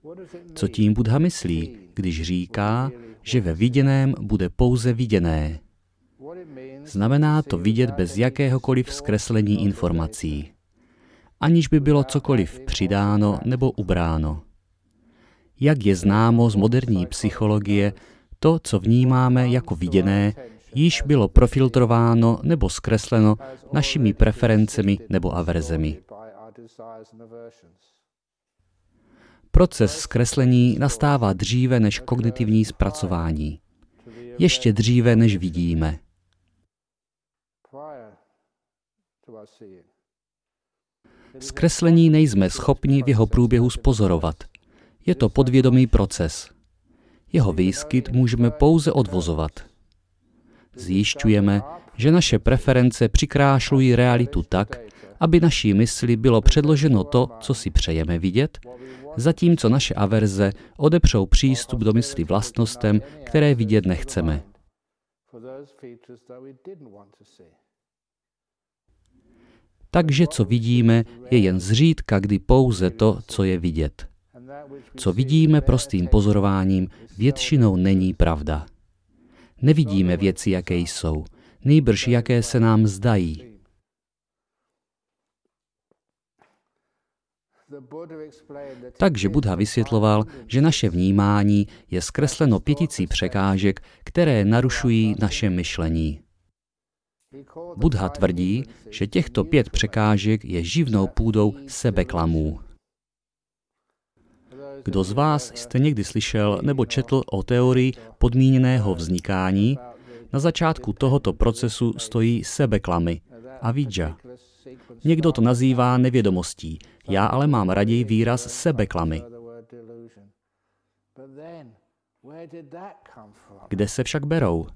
Co tím Buddha myslí, když říká, že ve viděném bude pouze viděné? Znamená to vidět bez jakéhokoliv zkreslení informací, aniž by bylo cokoliv přidáno nebo ubráno. Jak je známo z moderní psychologie, to, co vnímáme jako viděné, již bylo profiltrováno nebo zkresleno našimi preferencemi nebo averzemi. Proces zkreslení nastává dříve než kognitivní zpracování. Ještě dříve než vidíme. Zkreslení nejsme schopni v jeho průběhu zpozorovat. Je to podvědomý proces. Jeho výskyt můžeme pouze odvozovat. Zjišťujeme, že naše preference přikrášlují realitu tak, aby naší mysli bylo předloženo to, co si přejeme vidět, zatímco naše averze odepřou přístup do mysli vlastnostem, které vidět nechceme. Takže co vidíme, je jen zřídka kdy pouze to, co je vidět. Co vidíme prostým pozorováním, většinou není pravda. Nevidíme věci, jaké jsou, nýbrž jaké se nám zdají. Takže Buddha vysvětloval, že naše vnímání je zkresleno pěticí překážek, které narušují naše myšlení. Buddha tvrdí, že těchto 5 překážek je živnou půdou sebeklamů. Kdo z vás jste někdy slyšel nebo četl o teorii podmíněného vznikání? Na začátku tohoto procesu stojí sebeklamy, avijja. Někdo to nazývá nevědomostí, já ale mám raději výraz sebeklamy. Kde se však berou?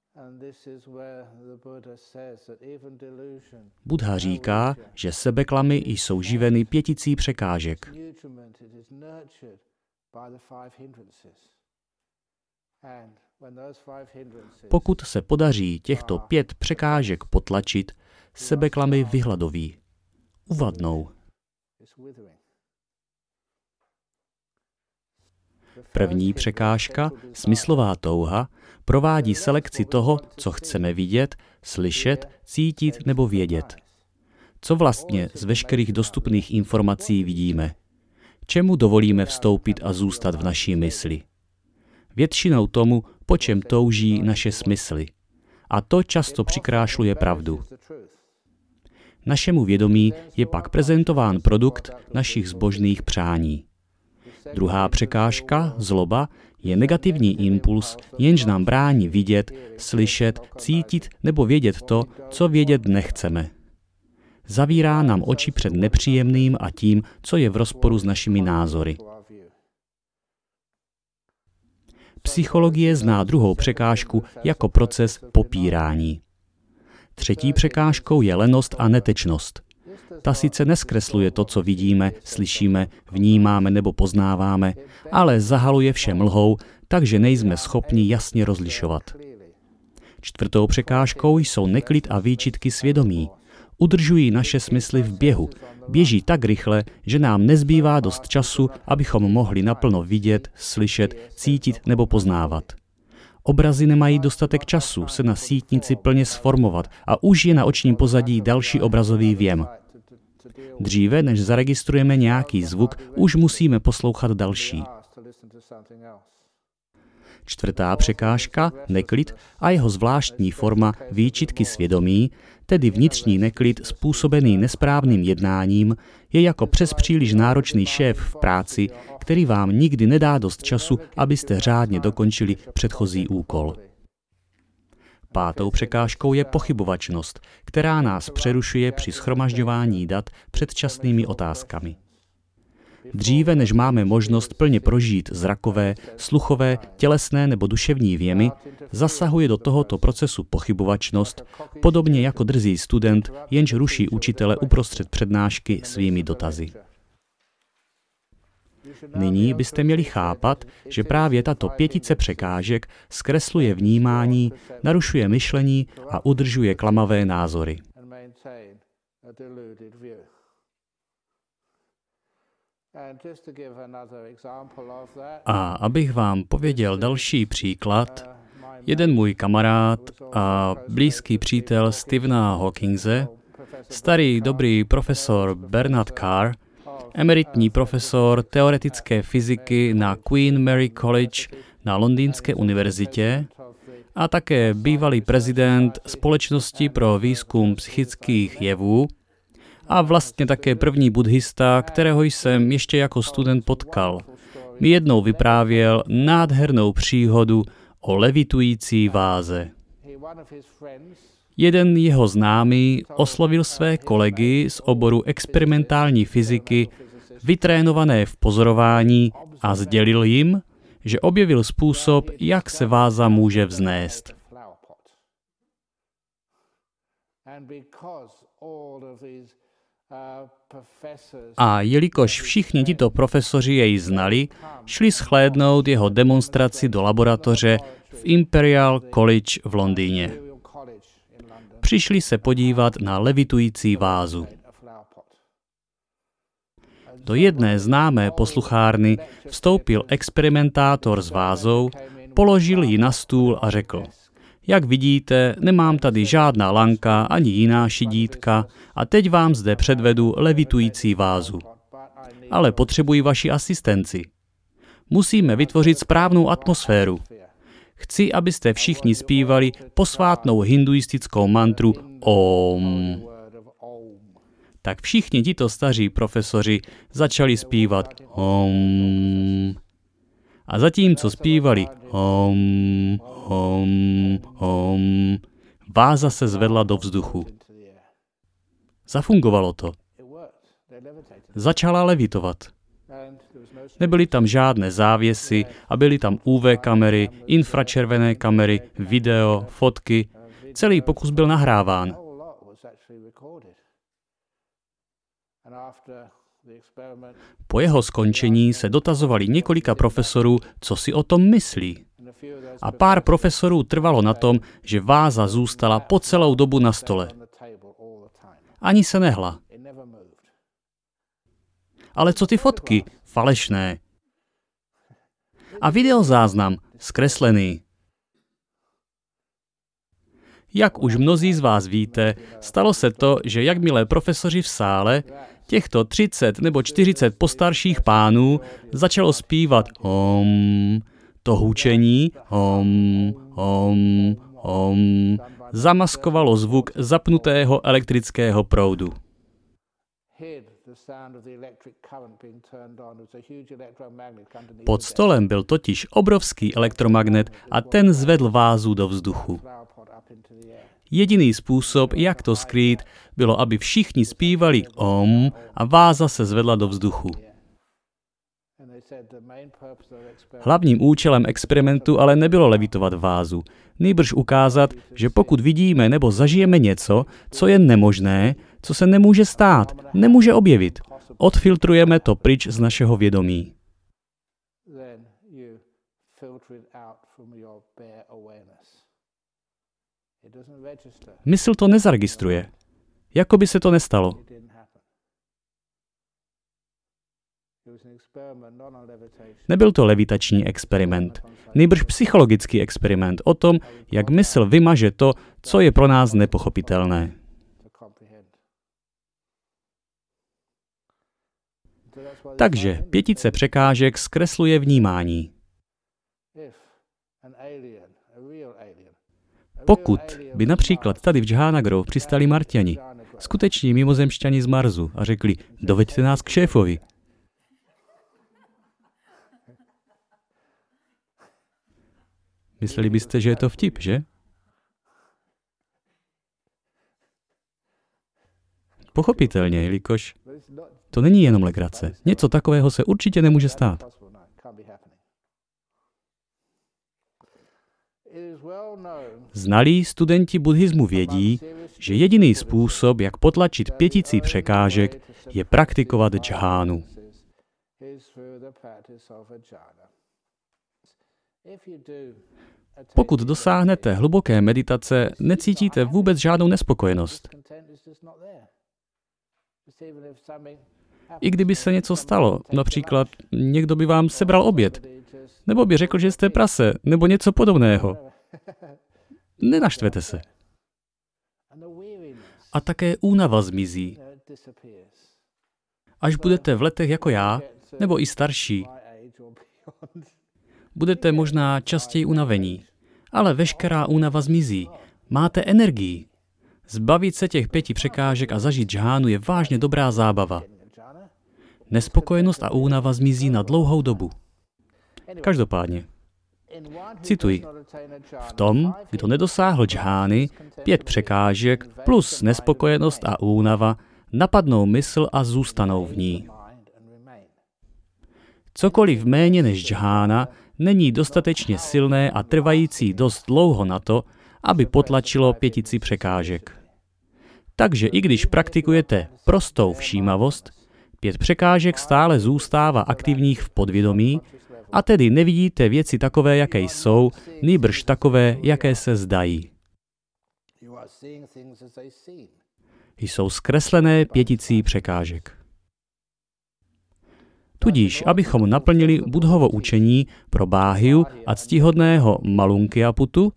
Buddha říká, že sebeklamy jsou živeny pěticí překážek. Pokud se podaří těchto 5 překážek potlačit, sebeklamy vyhladoví, uvadnou. První překážka, smyslová touha, provádí selekci toho, co chceme vidět, slyšet, cítit nebo vědět. Co vlastně z veškerých dostupných informací vidíme? Čemu dovolíme vstoupit a zůstat v naší mysli? Většinou tomu, po čem touží naše smysly. A to často přikrášluje pravdu. Našemu vědomí je pak prezentován produkt našich zbožných přání. Druhá překážka, zloba, je negativní impuls, jenž nám brání vidět, slyšet, cítit nebo vědět to, co vědět nechceme. Zavírá nám oči před nepříjemným a tím, co je v rozporu s našimi názory. Psychologie zná druhou překážku jako proces popírání. Třetí překážkou je lenost a netečnost. Ta sice neskresluje to, co vidíme, slyšíme, vnímáme nebo poznáváme, ale zahaluje vše mlhou, takže nejsme schopni jasně rozlišovat. Čtvrtou překážkou jsou neklid a výčitky svědomí. Udržují naše smysly v běhu. Běží tak rychle, že nám nezbývá dost času, abychom mohli naplno vidět, slyšet, cítit nebo poznávat. Obrazy nemají dostatek času se na sítnici plně sformovat a už je na očním pozadí další obrazový věm. Dříve, než zaregistrujeme nějaký zvuk, už musíme poslouchat další. Čtvrtá překážka, neklid a jeho zvláštní forma výčitky svědomí, tedy vnitřní neklid způsobený nesprávným jednáním, je jako přespříliš náročný šéf v práci, který vám nikdy nedá dost času, abyste řádně dokončili předchozí úkol. Pátou překážkou je pochybovačnost, která nás přerušuje při shromažďování dat před časnými otázkami. Dříve, než máme možnost plně prožít zrakové, sluchové, tělesné nebo duševní věmy, zasahuje do tohoto procesu pochybovačnost, podobně jako drzý student, jenž ruší učitele uprostřed přednášky svými dotazy. Nyní byste měli chápat, že právě tato pětice překážek zkresluje vnímání, narušuje myšlení a udržuje klamavé názory. A abych vám pověděl další příklad, jeden můj kamarád a blízký přítel Stephena Hawkingse, starý dobrý profesor Bernard Carr, emeritní profesor teoretické fyziky na Queen Mary College na Londýnské univerzitě a také bývalý prezident Společnosti pro výzkum psychických jevů a vlastně také první buddhista, kterého jsem ještě jako student potkal, mi jednou vyprávěl nádhernou příhodu o levitující váze. Jeden jeho známý oslovil své kolegy z oboru experimentální fyziky, vytrénované v pozorování, a sdělil jim, že objevil způsob, jak se váza může vznést. A jelikož všichni tito profesoři jej znali, šli shlédnout jeho demonstraci do laboratoře v Imperial College v Londýně. Přišli se podívat na levitující vázu. Do jedné známé posluchárny vstoupil experimentátor s vázou, položil ji na stůl a řekl: jak vidíte, nemám tady žádná lanka ani jiná šidítka a teď vám zde předvedu levitující vázu. Ale potřebuji vaši asistenci. Musíme vytvořit správnou atmosféru. Chci, abyste všichni zpívali posvátnou hinduistickou mantru Om. Tak všichni tito staří profesoři začali zpívat Om. A zatímco zpívali Om, Om, Om, váza se zvedla do vzduchu. Zafungovalo to. Začala levitovat. Nebyly tam žádné závěsy a byly tam UV kamery, infračervené kamery, video, fotky. Celý pokus byl nahráván. Po jeho skončení se dotazovali několika profesorů, co si o tom myslí. A pár profesorů trvalo na tom, že váza zůstala po celou dobu na stole. Ani se nehla. Ale co ty fotky? Falešné. A videozáznam? Zkreslený. Jak už mnozí z vás víte, stalo se to, že jakmile profesoři v sále, těchto 30 nebo 40 postarších pánů začalo zpívat Om, to hučení Om, Om, Om, zamaskovalo zvuk zapnutého elektrického proudu. Pod stolem byl totiž obrovský elektromagnet a ten zvedl vázu do vzduchu. Jediný způsob, jak to skrýt, bylo, aby všichni zpívali Om a váza se zvedla do vzduchu. Hlavním účelem experimentu ale nebylo levitovat vázu, nýbrž ukázat, že pokud vidíme nebo zažijeme něco, co je nemožné, co se nemůže stát, nemůže objevit, odfiltrujeme to pryč z našeho vědomí. Mysl to nezaregistruje. Jako by se to nestalo. Nebyl to levitační experiment, nýbrž psychologický experiment o tom, jak mysl vymaže to, co je pro nás nepochopitelné. Takže 5 překážek zkresluje vnímání. Pokud by například tady v Džhánagrove přistali Marťani, skuteční mimozemšťani z Marsu, a řekli: doveďte nás k šéfovi. Mysleli byste, že je to vtip, že? Pochopitelně, jelikož to není jenom legrace. Něco takového se určitě nemůže stát. Znalí studenti buddhismu vědí, že jediný způsob, jak potlačit 5 překážek, je praktikovat džhánu. Pokud dosáhnete hluboké meditace, necítíte vůbec žádnou nespokojenost. I kdyby se něco stalo, například někdo by vám sebral oběd, nebo by řekl, že jste prase, nebo něco podobného. Nenaštvete se. A také únava zmizí. Až budete v letech jako já, nebo i starší, budete možná častěji unavení, ale veškerá únava zmizí. Máte energii. Zbavit se těch 5 překážek a zažít džhánu je vážně dobrá zábava. Nespokojenost a únava zmizí na dlouhou dobu. Každopádně. Cituji. V tom, kdo nedosáhl džhány, 5 překážek plus nespokojenost a únava napadnou mysl a zůstanou v ní. Cokoliv méně než džhána není dostatečně silné a trvající dost dlouho na to, aby potlačilo 5 překážek. Takže i když praktikujete prostou všímavost, 5 překážek stále zůstává aktivních v podvědomí a tedy nevidíte věci takové, jaké jsou, nýbrž takové, jaké se zdají. Jsou zkreslené 5 překážek. Tudíž, abychom naplnili Buddhovo učení pro Báhiu a ctihodného Malunkyaputtu,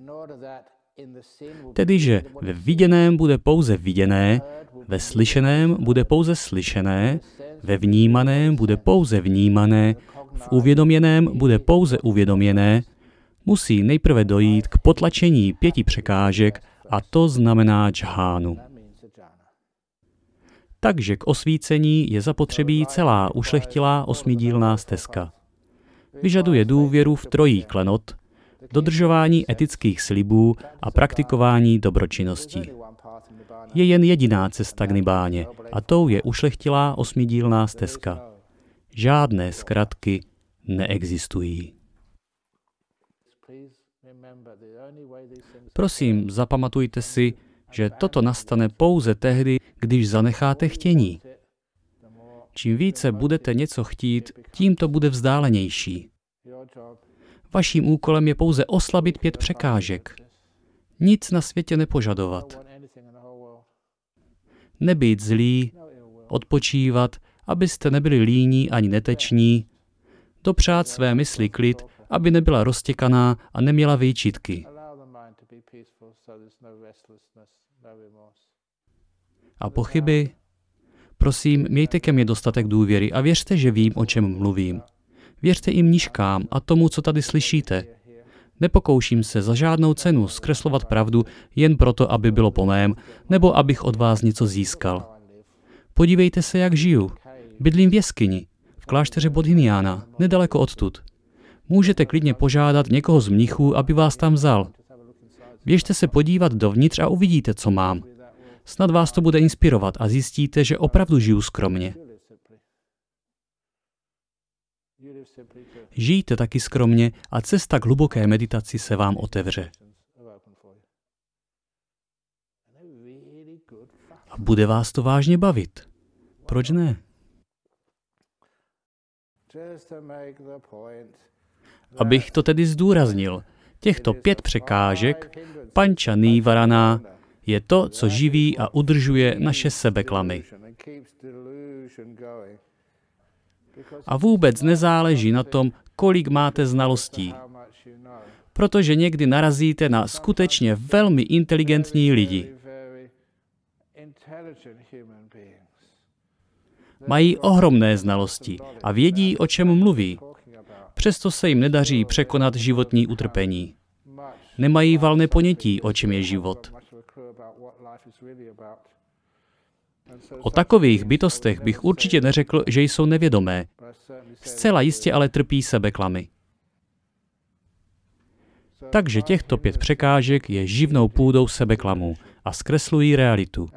tedy že ve viděném bude pouze viděné, ve slyšeném bude pouze slyšené, ve vnímaném bude pouze vnímané, v uvědoměném bude pouze uvědoměné, musí nejprve dojít k potlačení 5 překážek a to znamená džhánu. Takže k osvícení je zapotřebí celá ušlechtilá 8dílná stezka. Vyžaduje důvěru v trojí klenot, dodržování etických slibů a praktikování dobročinností. Je jen jediná cesta k nibáně a tou je ušlechtilá 8dílná stezka. Žádné zkratky neexistují. Prosím, zapamatujte si, že toto nastane pouze tehdy, když zanecháte chtění. Čím více budete něco chtít, tím to bude vzdálenější. Vaším úkolem je pouze oslabit 5 překážek. Nic na světě nepožadovat. Nebýt zlí, odpočívat, abyste nebyli líní ani neteční, dopřát své mysli klid, aby nebyla roztěkaná a neměla výčitky. A pochyby? Prosím, mějte ke mně dostatek důvěry a věřte, že vím, o čem mluvím. Věřte i mniškám a tomu, co tady slyšíte. Nepokouším se za žádnou cenu zkreslovat pravdu jen proto, aby bylo po mém, nebo abych od vás něco získal. Podívejte se, jak žiju. Bydlím v jeskyni, v klášteře Bodhiniana, nedaleko odtud. Můžete klidně požádat někoho z mnichů, aby vás tam vzal. Běžte se podívat dovnitř a uvidíte, co mám. Snad vás to bude inspirovat a zjistíte, že opravdu žiju skromně. Žijte taky skromně a cesta k hluboké meditaci se vám otevře. A bude vás to vážně bavit. Proč ne? Abych to tedy zdůraznil, těchto 5 překážek, panča nývarana, je to, co živí a udržuje naše sebeklamy. A vůbec nezáleží na tom, kolik máte znalostí. Protože někdy narazíte na skutečně velmi inteligentní lidi. Mají ohromné znalosti a vědí, o čem mluví. Přesto se jim nedaří překonat životní utrpení. Nemají valné ponětí, o čem je život. O takových bytostech bych určitě neřekl, že jsou nevědomé. Zcela jistě ale trpí sebeklamy. Takže těchto 5 překážek je živnou půdou sebeklamů a zkreslují realitu.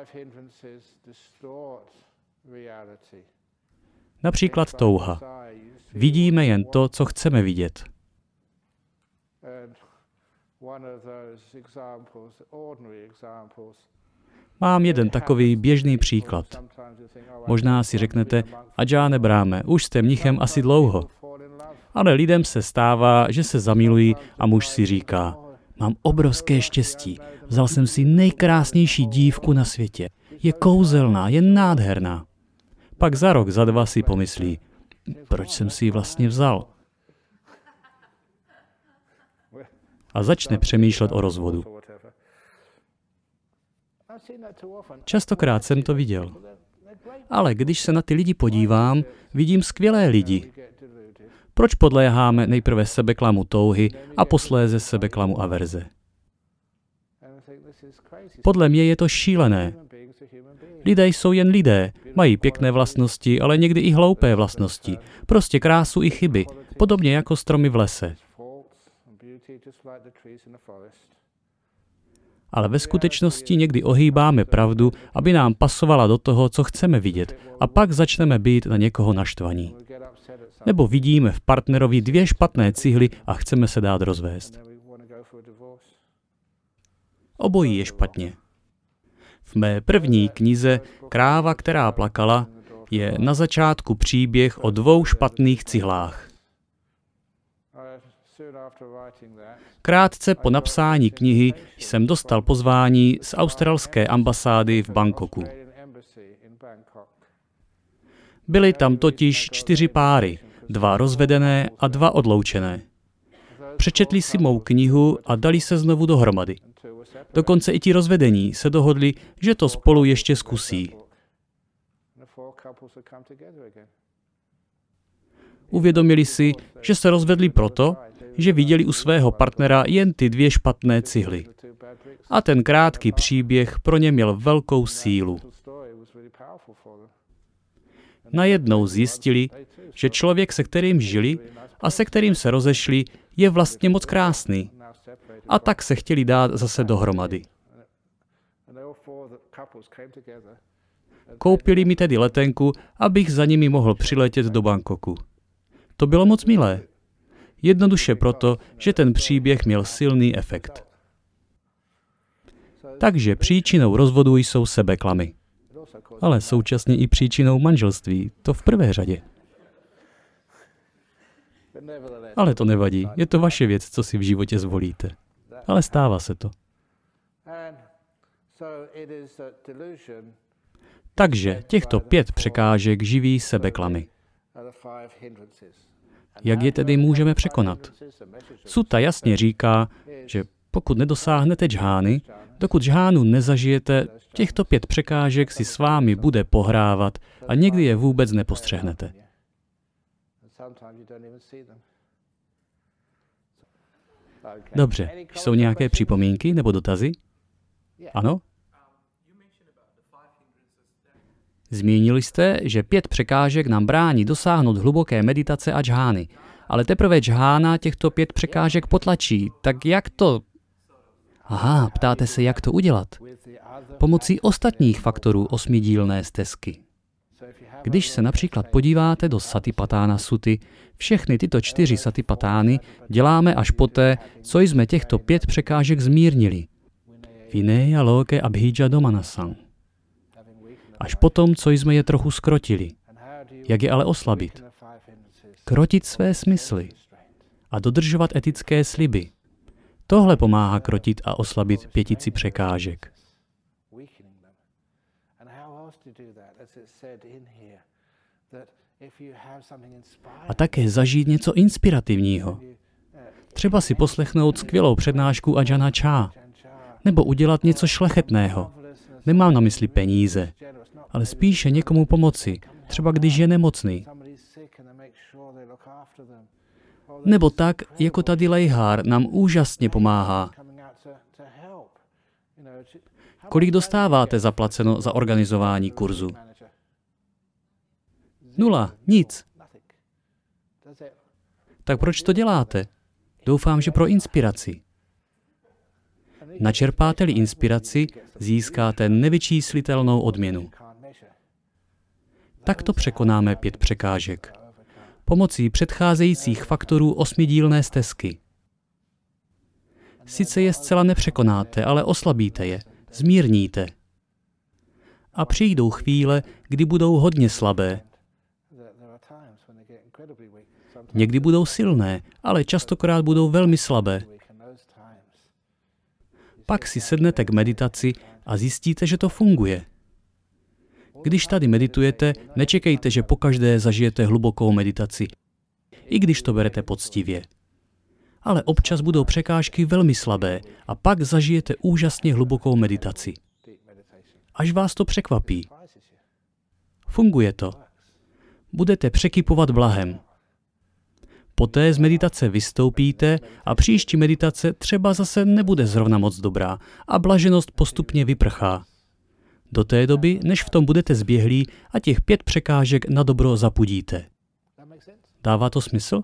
Například touha. Vidíme jen to, co chceme vidět. Mám jeden takový běžný příklad. Možná si řeknete, Adžáne Bráme, už jste mnichem asi dlouho. Ale lidem se stává, že se zamilují a muž si říká, mám obrovské štěstí, vzal jsem si nejkrásnější dívku na světě. Je kouzelná, je nádherná. Pak za rok, za dva si pomyslí, proč jsem si ji vlastně vzal? A začne přemýšlet o rozvodu. Častokrát jsem to viděl. Ale když se na ty lidi podívám, vidím skvělé lidi. Proč podléháme nejprve sebeklamu touhy a posléze sebeklamu averze? Podle mě je to šílené. Lidé jsou jen lidé, mají pěkné vlastnosti, ale někdy i hloupé vlastnosti. Prostě krásu i chyby, podobně jako stromy v lese. Ale ve skutečnosti někdy ohýbáme pravdu, aby nám pasovala do toho, co chceme vidět, a pak začneme být na někoho naštvaní. Nebo vidíme v partnerovi 2 špatné cihly a chceme se dát rozvést. Obojí je špatně. V mé první knize Kráva, která plakala, je na začátku příběh o 2 špatných cihlách. Krátce po napsání knihy jsem dostal pozvání z australské ambasády v Bangkoku. Byly tam totiž 4 páry, 2 rozvedené a 2 odloučené. Přečetli si mou knihu a dali se znovu dohromady. Dokonce i ti rozvedení se dohodli, že to spolu ještě zkusí. Uvědomili si, že se rozvedli proto, že viděli u svého partnera jen ty 2 špatné cihly. A ten krátký příběh pro ně měl velkou sílu. Najednou zjistili, že člověk, se kterým žili a se kterým se rozešli, je vlastně moc krásný. A tak se chtěli dát zase dohromady. Koupili mi tedy letenku, abych za nimi mohl přiletět do Bangkoku. To bylo moc milé. Jednoduše proto, že ten příběh měl silný efekt. Takže příčinou rozvodu jsou sebeklamy. Ale současně i příčinou manželství, to v prvé řadě. Ale to nevadí, je to vaše věc, co si v životě zvolíte. Ale stává se to. Takže těchto 5 překážek živí sebeklamy. Jak je tedy můžeme překonat? Sutta jasně říká, že pokud nedosáhnete džhány, dokud džhánu nezažijete, těchto 5 překážek si s vámi bude pohrávat a někdy je vůbec nepostřehnete. Dobře, jsou nějaké připomínky nebo dotazy? Ano? Zmínili jste, že 5 překážek nám brání dosáhnout hluboké meditace a džhány, ale teprve džhána těchto 5 překážek potlačí. Tak jak to? Aha, ptáte se, jak to udělat? Pomocí ostatních faktorů 8dílné stezky. Když se například podíváte do Satipatána Suty, všechny tyto 4 satipatány děláme až poté, co jsme těchto 5 překážek zmírnili. Vineya Loke Abhija Domanasang. Až potom, co jsme je trochu skrotili. Jak je ale oslabit? Krotit své smysly a dodržovat etické sliby. Tohle pomáhá krotit a oslabit 5 překážek. A také zažít něco inspirativního. Třeba si poslechnout skvělou přednášku Ajahna Chah, nebo udělat něco šlechetného. Nemám na mysli peníze, ale spíše někomu pomoci, třeba když je nemocný. Nebo tak, jako tady Lejhár nám úžasně pomáhá. Kolik dostáváte zaplaceno za organizování kurzu? 0, nic. Tak proč to děláte? Doufám, že pro inspiraci. Načerpáte-li inspiraci, získáte nevyčíslitelnou odměnu. Takto překonáme 5 překážek. Pomocí předcházejících faktorů 8dílné stezky. Sice je zcela nepřekonáte, ale oslabíte je, zmírníte. A přijdou chvíle, kdy budou hodně slabé. Někdy budou silné, ale častokrát budou velmi slabé. Pak si sednete k meditaci a zjistíte, že to funguje. Když tady meditujete, nečekejte, že pokaždé zažijete hlubokou meditaci, i když to berete poctivě. Ale občas budou překážky velmi slabé a pak zažijete úžasně hlubokou meditaci. Až vás to překvapí. Funguje to. Budete překypovat blahem. Poté z meditace vystoupíte a příští meditace třeba zase nebude zrovna moc dobrá a blaženost postupně vyprchá. Do té doby, než v tom budete zběhlí a těch 5 překážek na dobro zapudíte. Dává to smysl?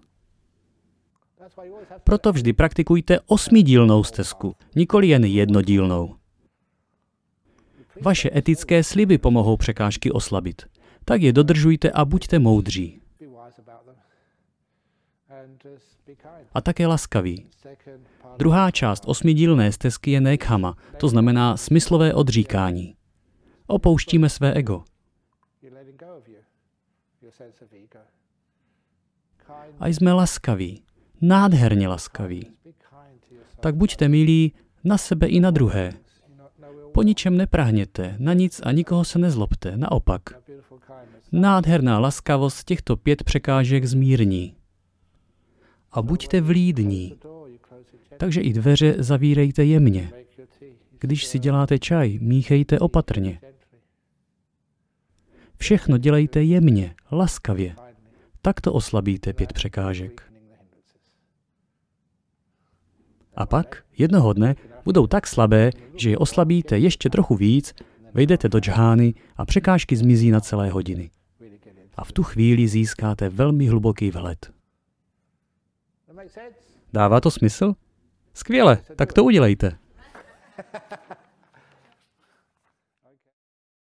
Proto vždy praktikujte 8dílnou stezku, nikoli jen jednodílnou. Vaše etické sliby pomohou překážky oslabit. Tak je dodržujte a buďte moudří. A také laskaví. Druhá část 8dílné stezky je nekhama, to znamená smyslové odříkání. Opouštíme své ego. A jsme laskaví, nádherně laskaví. Tak buďte milí na sebe i na druhé. Po ničem neprahněte, na nic a nikoho se nezlobte, naopak. Nádherná laskavost těchto 5 překážek zmírní. A buďte vlídní. Takže i dveře zavírejte jemně. Když si děláte čaj, míchejte opatrně. Všechno dělejte jemně, laskavě. Takto oslabíte 5 překážek. A pak, jednoho dne, budou tak slabé, že je oslabíte ještě trochu víc, vejdete do džhány a překážky zmizí na celé hodiny. A v tu chvíli získáte velmi hluboký vhled. Dává to smysl? Skvěle, tak to udělejte.